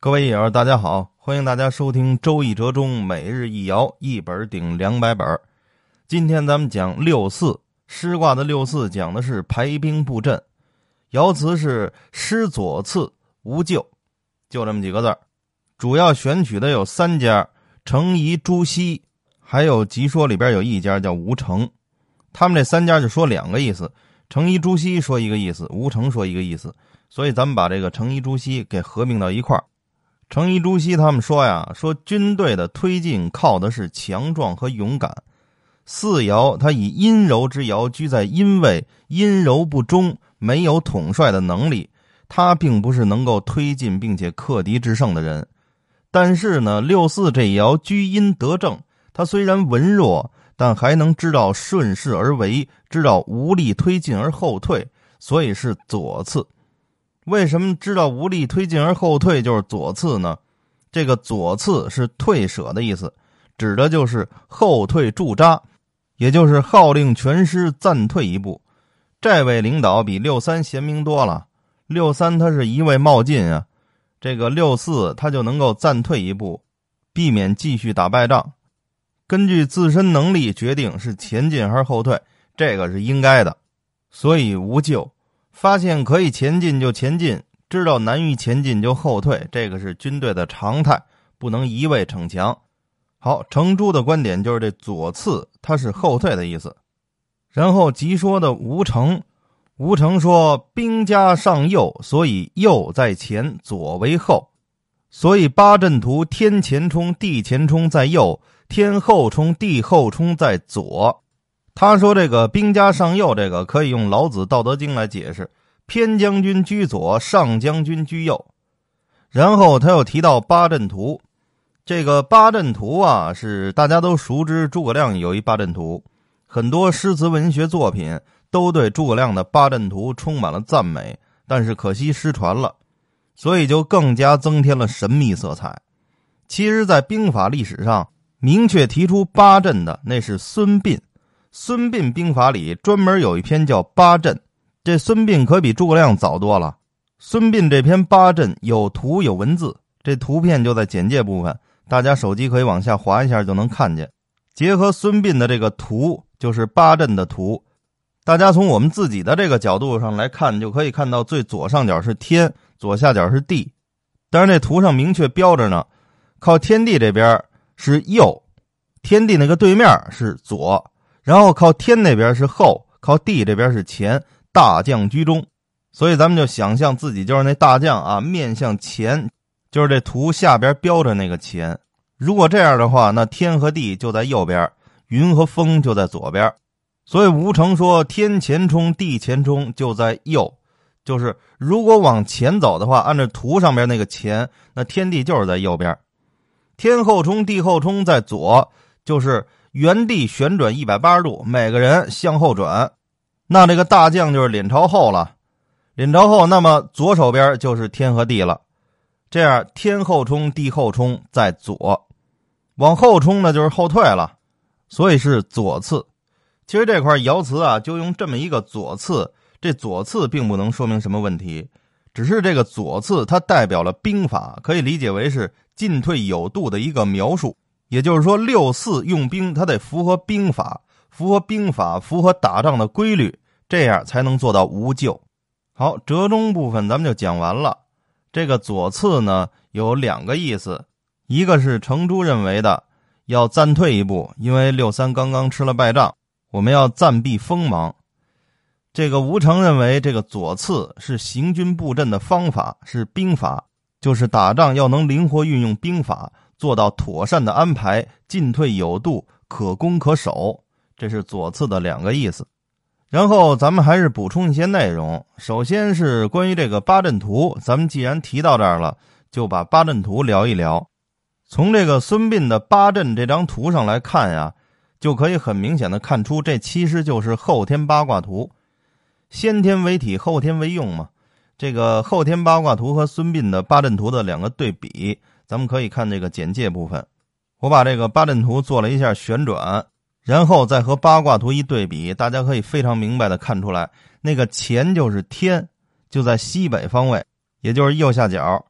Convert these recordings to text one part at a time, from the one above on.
各位友大家好，欢迎大家收听周易折中每日一爻，一本顶200本。今天咱们讲六四，师卦的六四讲的是排兵布阵，爻辞是师左次无咎，就这么几个字儿。主要选取的有3家，程颐、朱熹，还有集说里边有一家叫吴承。他们这3家就说2个意思，程颐、朱熹说一个意思，吴承说一个意思，所以咱们把这个程颐、朱熹给合并到一块儿。程颐、朱熹他们说呀，说军队的推进靠的是强壮和勇敢。四爻他以阴柔之爻居在阴位，阴柔不中，没有统帅的能力，他并不是能够推进并且克敌制胜的人。但是呢，六四这一爻居阴得正，他虽然文弱，但还能知道顺势而为，知道无力推进而后退，所以是左次。为什么知道无力推进而后退就是左次呢？这个左次是退舍的意思，指的就是后退驻扎，也就是号令全师暂退一步。这位领导比六三贤明多了，六三他是一味冒进啊，这个六四他就能够暂退一步，避免继续打败仗，根据自身能力决定是前进还是后退，这个是应该的，所以无咎。发现可以前进就前进，知道难于前进就后退，这个是军队的常态，不能一味逞强。好，程朱的观点就是这左次它是后退的意思。然后集说的吴承，吴承说兵家上右，所以右在前，左为后，所以八阵图天前冲地前冲在右，天后冲地后冲在左。他说这个兵家上右，这个可以用老子道德经来解释，偏将军居左，上将军居右。然后他又提到八阵图，这个八阵图啊，是大家都熟知，诸葛亮有一八阵图，很多诗词文学作品都对诸葛亮的八阵图充满了赞美，但是可惜失传了，所以就更加增添了神秘色彩。其实在兵法历史上明确提出八阵的那是孙膑，孙膑兵法里专门有一篇叫八阵，这孙膑可比诸葛亮早多了。孙膑这篇八阵有图有文字，这图片就在简介部分，大家手机可以往下滑一下就能看见。结合孙膑的这个图，就是八阵的图，大家从我们自己的这个角度上来看，就可以看到最左上角是天，左下角是地。当然这图上明确标着呢，靠天地这边是右，天地那个对面是左，然后靠天那边是后，靠地这边是前，大将居中。所以咱们就想象自己就是那大将啊，面向前，就是这图下边标着那个前。如果这样的话，那天和地就在右边，云和风就在左边。所以吴承说天前冲地前冲就在右，就是如果往前走的话，按照图上边那个前，那天地就是在右边。天后冲地后冲在左，就是原地旋转180度，每个人向后转，那这个大将就是脸朝后了，脸朝后，那么左手边就是天和地了。这样天后冲地后冲在左，往后冲呢就是后退了，所以是左次。其实这块爻辞啊，就用这么一个左次，这左次并不能说明什么问题，只是这个左次它代表了兵法，可以理解为是进退有度的一个描述。也就是说六四用兵它得符合兵法，符合兵法，符合打仗的规律，这样才能做到无咎。好，折中部分咱们就讲完了。这个左次呢有2个意思，一个是程朱认为的要暂退一步，因为六三刚刚吃了败仗，我们要暂避锋芒。这个吴承认为这个左次是行军布阵的方法，是兵法，就是打仗要能灵活运用兵法，做到妥善的安排，进退有度，可攻可守，这是左次的2个意思。然后咱们还是补充一些内容，首先是关于这个八阵图，咱们既然提到这儿了，就把八阵图聊一聊。从这个孙膑的八阵这张图上来看呀，就可以很明显的看出，这其实就是后天八卦图，先天为体，后天为用嘛。这个后天八卦图和孙膑的八阵图的2个对比，咱们可以看这个简介部分。我把这个八阵图做了一下旋转，然后再和八卦图一对比，大家可以非常明白的看出来，那个前就是天，就在西北方位，也就是右下角。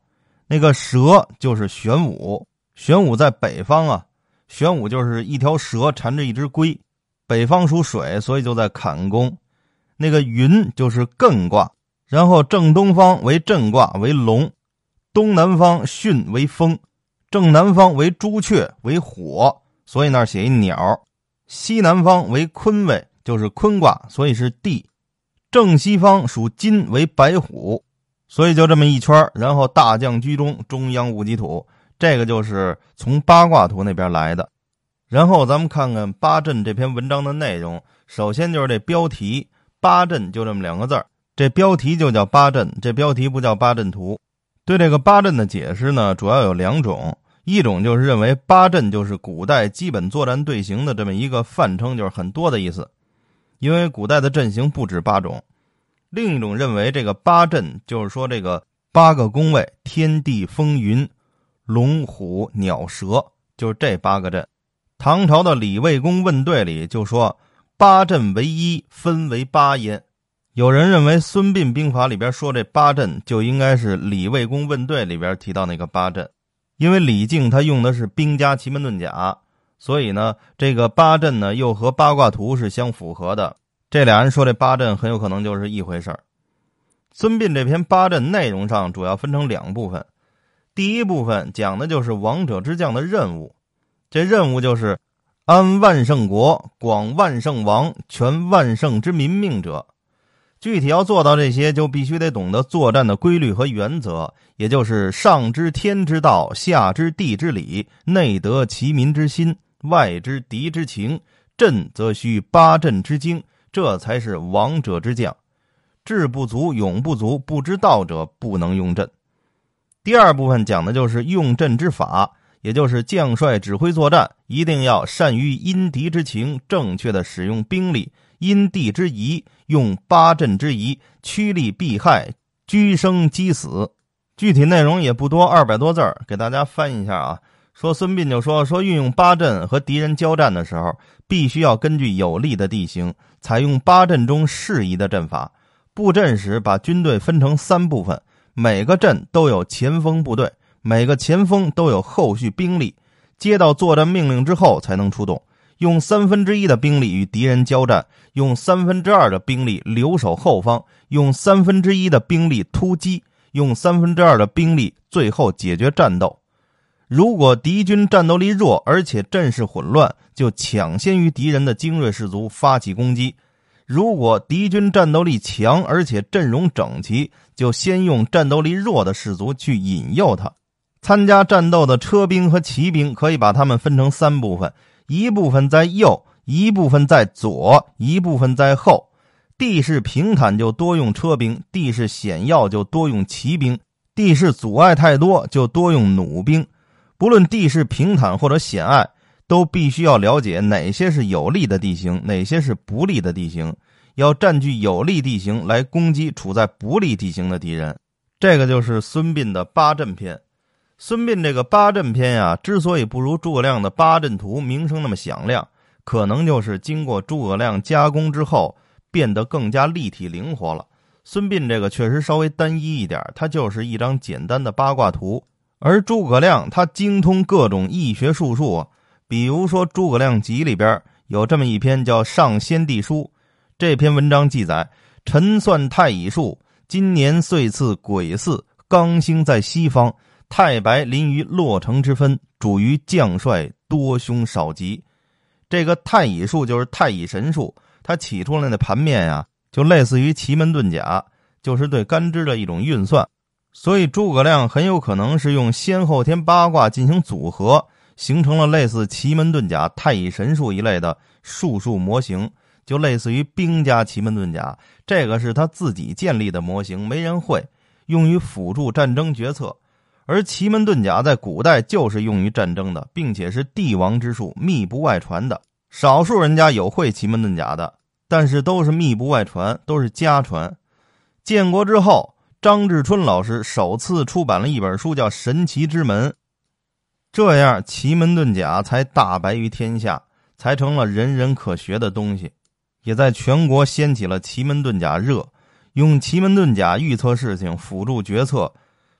那个蛇就是玄武，玄武在北方啊，玄武就是一条蛇缠着一只龟，北方属水，所以就在坎宫。那个云就是艮卦，然后正东方为震卦为龙，东南方巽为风，正南方为朱雀为火，所以那儿写一鸟。西南方为坤位，就是坤卦，所以是地。正西方属金为白虎，所以就这么一圈，然后大将居中，中央戊己土，这个就是从八卦图那边来的。然后咱们看看八阵这篇文章的内容，首先就是这标题，八阵就这么2个字，这标题就叫八阵，这标题不叫八阵图。对这个八阵的解释呢，主要有2种，一种就是认为八阵就是古代基本作战队形的这么一个泛称，就是很多的意思，因为古代的阵型不止8种。另一种认为这个八阵就是说这个8个宫位，天地风云龙虎鸟蛇，就是这8个阵。唐朝的李卫公问对里就说八阵为一，分为8焉。有人认为孙膑兵法里边说这八阵就应该是李卫公问对里边提到那个八阵，因为李靖他用的是兵家奇门遁甲，所以呢这个八阵呢又和八卦图是相符合的，这俩人说这八阵很有可能就是一回事儿。孙膑这篇八阵内容上主要分成2部分，第一部分讲的就是王者之将的任务，这任务就是安万圣国，广万圣王，全万圣之民命者。具体要做到这些，就必须得懂得作战的规律和原则，也就是上知天之道，下知地之理，内得其民之心，外知敌之情，阵则需八阵之精，这才是王者之将。志不足，勇不足，不知道者不能用阵。第二部分讲的就是用阵之法，也就是将帅指挥作战，一定要善于因敌之情，正确的使用兵力，因地之宜，用八阵之宜，趋利避害，居生击死。具体内容也不多，200多字，给大家翻一下啊。说孙膑就说运用八阵和敌人交战的时候，必须要根据有利的地形，采用八阵中适宜的阵法。布阵时把军队分成3部分，每个阵都有前锋部队，每个前锋都有后续兵力，接到作战命令之后才能出动，用1/3的兵力与敌人交战，用2/3的兵力留守后方，用1/3的兵力突击，用2/3的兵力最后解决战斗。如果敌军战斗力弱，而且阵势混乱，就抢先于敌人的精锐士卒发起攻击。如果敌军战斗力强，而且阵容整齐，就先用战斗力弱的士卒去引诱他。参加战斗的车兵和骑兵可以把他们分成3部分，一部分在右，一部分在左，一部分在后。地势平坦就多用车兵，地势险要就多用骑兵，地势阻碍太多就多用弩兵。不论地势平坦或者险隘，都必须要了解哪些是有利的地形，哪些是不利的地形，要占据有利地形来攻击处在不利地形的敌人。这个就是孙膑的八阵篇。孙膑这个八阵篇呀，之所以不如诸葛亮的八阵图名声那么响亮，可能就是经过诸葛亮加工之后变得更加立体灵活了。孙膑这个确实稍微单一一点，它就是一张简单的八卦图，而诸葛亮他精通各种易学术数，比如说诸葛亮集里边有这么一篇叫《上先帝书》，这篇文章记载，臣算太乙数，今年岁次癸巳，刚星在西方，太白临于洛城之分，主于将帅多凶少吉。这个太乙数就是太乙神术，它起出来的盘面呀，就类似于奇门遁甲，就是对干支的一种运算。所以诸葛亮很有可能是用先后天八卦进行组合，形成了类似奇门遁甲、太乙神术一类的术数模型，就类似于兵家奇门遁甲，这个是他自己建立的模型，没人会，用于辅助战争决策。而奇门遁甲在古代就是用于战争的，并且是帝王之术，秘不外传的。少数人家有会奇门遁甲的，但是都是秘不外传，都是家传。建国之后，张志春老师首次出版了一本书叫《神奇之门》，这样奇门遁甲才大白于天下，才成了人人可学的东西，也在全国掀起了奇门遁甲热，用奇门遁甲预测事情，辅助决策，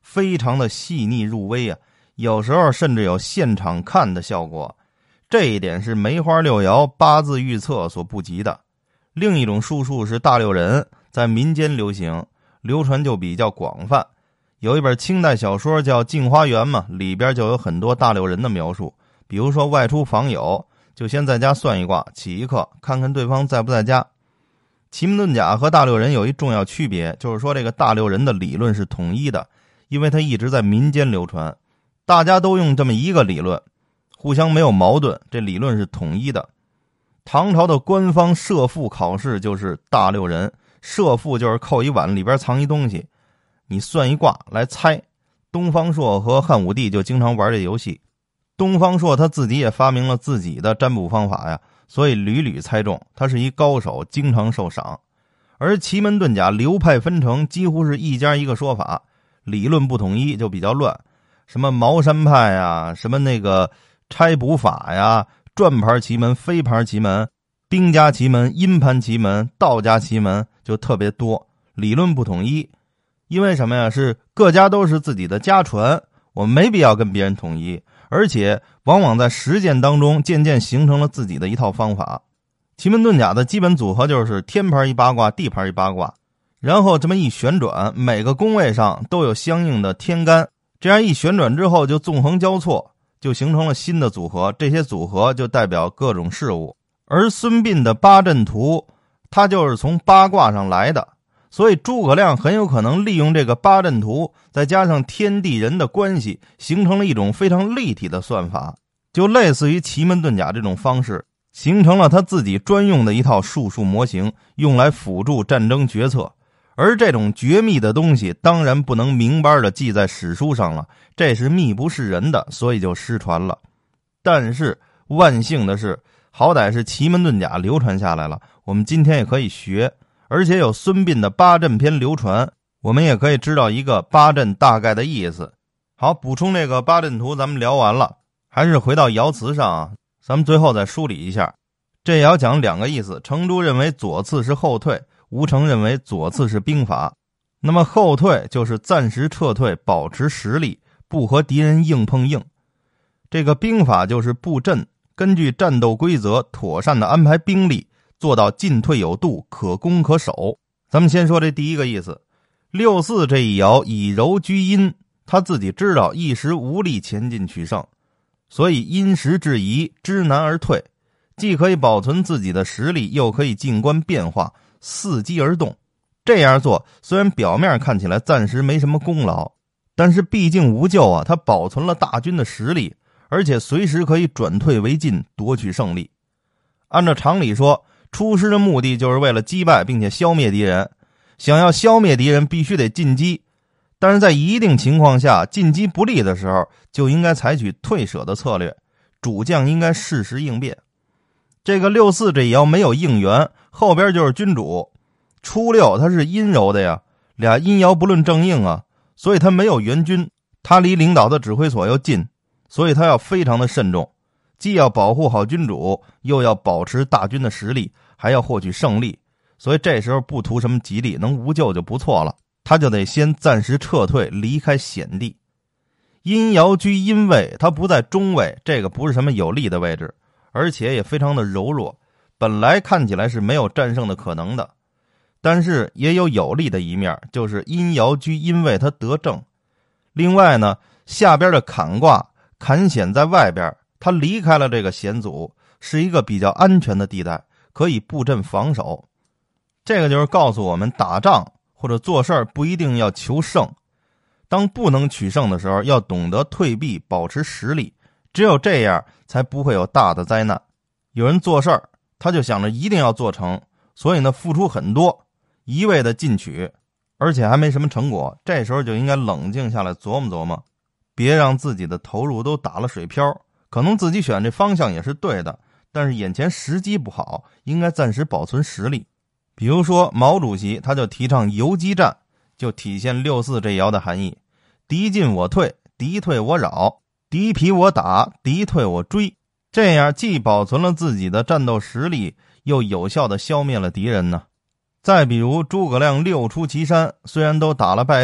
非常的细腻入微啊，有时候甚至有现场看的效果。这一点是梅花六爻八字预测所不及的。另一种术数是大六壬，在民间流行，流传就比较广泛。有一本清代小说叫《镜花缘》嘛，里边就有很多大六壬的描述。比如说外出访友，就先在家算一卦，起一课，看看对方在不在家。奇门遁甲和大六壬有一重要区别，就是说这个大六壬的理论是统一的，因为它一直在民间流传，大家都用这么一个理论，互相没有矛盾，这理论是统一的。唐朝的官方射覆考试就是大六壬，射覆就是扣一碗里边藏一东西，你算一卦来猜。东方朔和汉武帝就经常玩这游戏，东方朔他自己也发明了自己的占卜方法呀，所以屡屡猜中，他是一高手，经常受赏。而奇门遁甲流派纷呈，几乎是一家一个说法，理论不统一就比较乱，什么茅山派呀，什么那个拆卜法呀，转盘奇门、飞盘奇门、兵家奇门、阴盘奇门、道家奇门就特别多，理论不统一。因为什么呀？是各家都是自己的家传，我们没必要跟别人统一，而且往往在实践当中渐渐形成了自己的一套方法。奇门遁甲的基本组合就是天盘一八卦，地盘一八卦，然后这么一旋转，每个宫位上都有相应的天干，这样一旋转之后就纵横交错，就形成了新的组合，这些组合就代表各种事物。而孙膑的八阵图，它就是从八卦上来的，所以诸葛亮很有可能利用这个八阵图，再加上天地人的关系，形成了一种非常立体的算法，就类似于奇门遁甲这种方式，形成了他自己专用的一套术数模型，用来辅助战争决策。而这种绝密的东西当然不能明白的记在史书上了，这是秘不示人的，所以就失传了。但是万幸的是，好歹是奇门遁甲流传下来了，我们今天也可以学，而且有孙膑的八阵篇流传，我们也可以知道一个八阵大概的意思。好，补充这个八阵图咱们聊完了，还是回到爻辞上啊，咱们最后再梳理一下。这爻讲两个意思，程朱认为左次是后退，吴承认为左次是兵法。那么后退就是暂时撤退，保持实力，不和敌人硬碰硬。这个兵法就是布阵，根据战斗规则妥善的安排兵力，做到进退有度，可攻可守。咱们先说这第一个意思。六四这一爻以柔居阴，他自己知道一时无力前进取胜，所以因时制宜，知难而退，既可以保存自己的实力，又可以静观变化，伺机而动。这样做虽然表面看起来暂时没什么功劳，但是毕竟无咎啊，他保存了大军的实力，而且随时可以转退为进，夺取胜利。按照常理说，出师的目的就是为了击败并且消灭敌人，想要消灭敌人必须得进击，但是在一定情况下，进击不利的时候，就应该采取退舍的策略，主将应该适时应变。这个六四这一爻没有应元，后边就是君主，初六它是阴柔的呀，俩阴爻不论正应啊，所以它没有援军，它离领导的指挥所又近，所以它要非常的慎重，既要保护好君主，又要保持大军的实力，还要获取胜利，所以这时候不图什么吉利，能无咎就不错了，他就得先暂时撤退，离开险地。阴爻居阴位，它不在中位，这个不是什么有利的位置，而且也非常的柔弱，本来看起来是没有战胜的可能的。但是也有利的一面，就是阴爻居阴位，它得正。另外呢，下边的坎卦，坎险在外边，它离开了这个险阻，是一个比较安全的地带，可以布阵防守。这个就是告诉我们，打仗或者做事不一定要求胜，当不能取胜的时候，要懂得退避，保持实力，只有这样才不会有大的灾难。有人做事他就想着一定要做成，所以呢付出很多，一味的进取，而且还没什么成果，这时候就应该冷静下来琢磨琢磨，别让自己的投入都打了水漂。可能自己选这方向也是对的，但是眼前时机不好，应该暂时保存实力。比如说毛主席他就提倡游击战，就体现六四这爻的含义，敌进我退，敌退我扰，敌疲我打，敌退我追，这样既保存了自己的战斗实力，又有效地消灭了敌人呢。再比如诸葛亮六出祁山，虽然都打了败仗，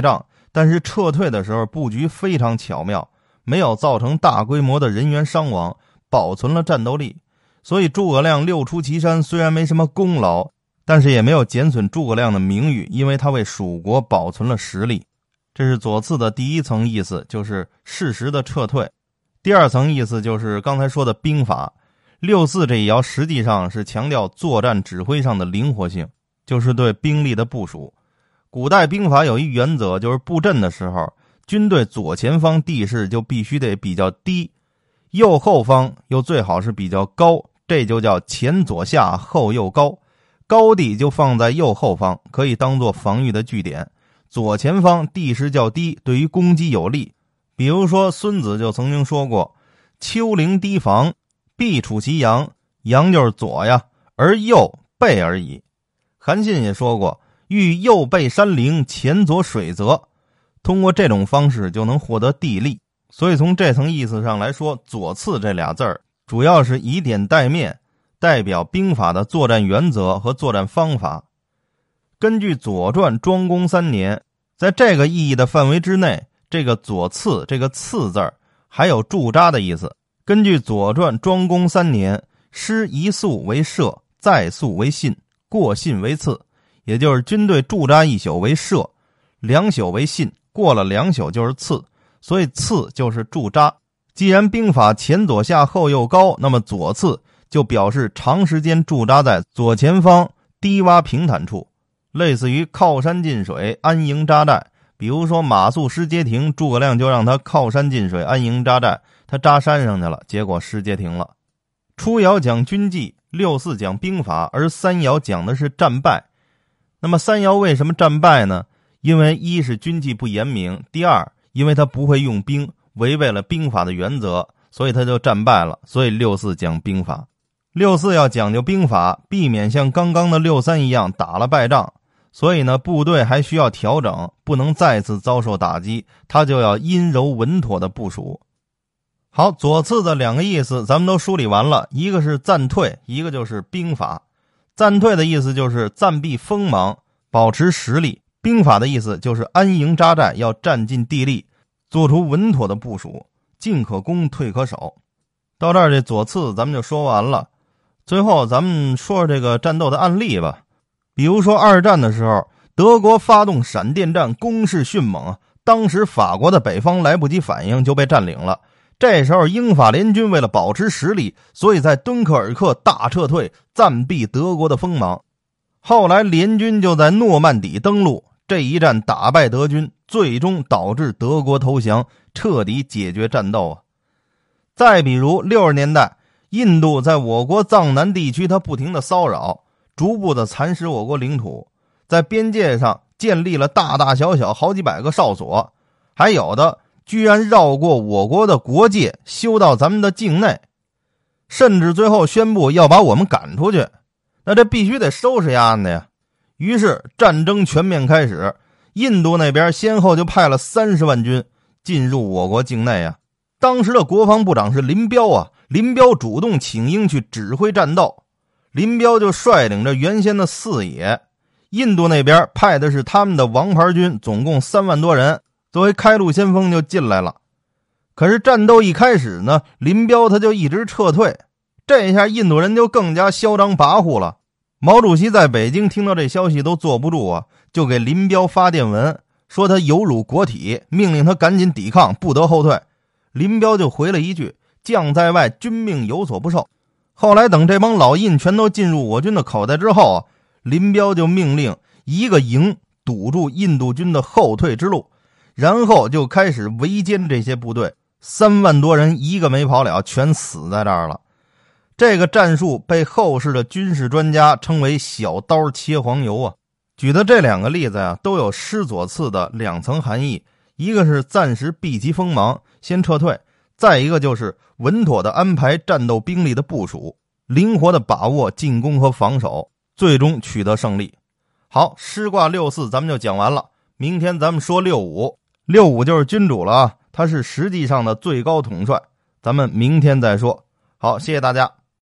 但是撤退的时候布局非常巧妙，没有造成大规模的人员伤亡，保存了战斗力。所以诸葛亮六出祁山虽然没什么功劳，但是也没有减损诸葛亮的名誉，因为他为蜀国保存了实力。这是左次的第一层意思，就是适时的撤退。第二层意思就是刚才说的兵法。六四这一爻实际上是强调作战指挥上的灵活性，就是对兵力的部署。古代兵法有一原则，就是布阵的时候，军队左前方地势就必须得比较低，右后方又最好是比较高，这就叫前左下后右高。高地就放在右后方，可以当作防御的据点。左前方地势较低，对于攻击有利。比如说孙子就曾经说过，丘陵堤防，必处其阳，阳就是左呀，而右背而已。韩信也说过，欲右背山陵，前左水泽。通过这种方式就能获得地利。所以从这层意思上来说，左次这俩字儿主要是以点带面，代表兵法的作战原则和作战方法。根据《左传》庄公3年，在这个意义的范围之内，这个左次这个次字儿还有驻扎的意思。根据《左传》庄公3年，师一宿为射，再宿为信，过信为次，也就是军队驻扎1宿为射，2宿为信，过了2宿就是次，所以次就是驻扎。既然兵法前左下后右高，那么左次就表示长时间驻扎在左前方低洼平坦处，类似于靠山近水，安营扎寨。比如说马谡失街亭，诸葛亮就让他靠山近水，安营扎寨，他扎山上去了，结果失街亭了。初爻讲军纪，六四讲兵法，而三爻讲的是战败。那么三爻为什么战败呢？因为一是军纪不严明，第二因为他不会用兵，违背了兵法的原则，所以他就战败了。所以六四讲兵法。六四要讲究兵法，避免像刚刚的六三一样打了败仗，所以呢，部队还需要调整，不能再次遭受打击，他就要阴柔稳妥的部署。好，左次的两个意思咱们都梳理完了，一个是暂退，一个就是兵法。暂退的意思就是暂避锋芒，保持实力；兵法的意思就是安营扎寨，要占尽地利，做出稳妥的部署，进可攻，退可守。到这儿这左次咱们就说完了。最后咱们说说这个战斗的案例吧。比如说二战的时候，德国发动闪电战，攻势迅猛，当时法国的北方来不及反应就被占领了。这时候英法联军为了保持实力，所以在敦刻尔克大撤退，暂避德国的锋芒。后来联军就在诺曼底登陆，这一战打败德军，最终导致德国投降，彻底解决战斗啊。再比如60年代，印度在我国藏南地区它不停的骚扰，逐步的蚕食我国领土，在边界上建立了大大小小好几百个哨所，还有的居然绕过我国的国界修到咱们的境内，甚至最后宣布要把我们赶出去。那这必须得收拾丫的呀。于是战争全面开始，印度那边先后就派了30万军进入我国境内啊。当时的国防部长是林彪啊，林彪主动请缨去指挥战斗。林彪就率领着原先的四野，印度那边派的是他们的王牌军，总共3万多人，作为开路先锋就进来了。可是战斗一开始呢，林彪他就一直撤退，这一下印度人就更加嚣张跋扈了。毛主席在北京听到这消息都坐不住啊，就给林彪发电文，说他有辱国体，命令他赶紧抵抗，不得后退。林彪就回了一句，将在外，君命有所不受。后来等这帮老印全都进入我军的口袋之后啊，林彪就命令一个营堵住印度军的后退之路，然后就开始围歼这些部队，3万多人一个没跑了，全死在这儿了。这个战术被后世的军事专家称为小刀切黄油啊。举的这两个例子啊，都有师左次的2层含义，一个是暂时避其锋芒，先撤退，再一个就是稳妥的安排战斗兵力的部署，灵活的把握进攻和防守，最终取得胜利。好，师卦6四咱们就讲完了，明天咱们说6五。6五就是君主了啊，他是实际上的最高统帅，咱们明天再说。好，谢谢大家。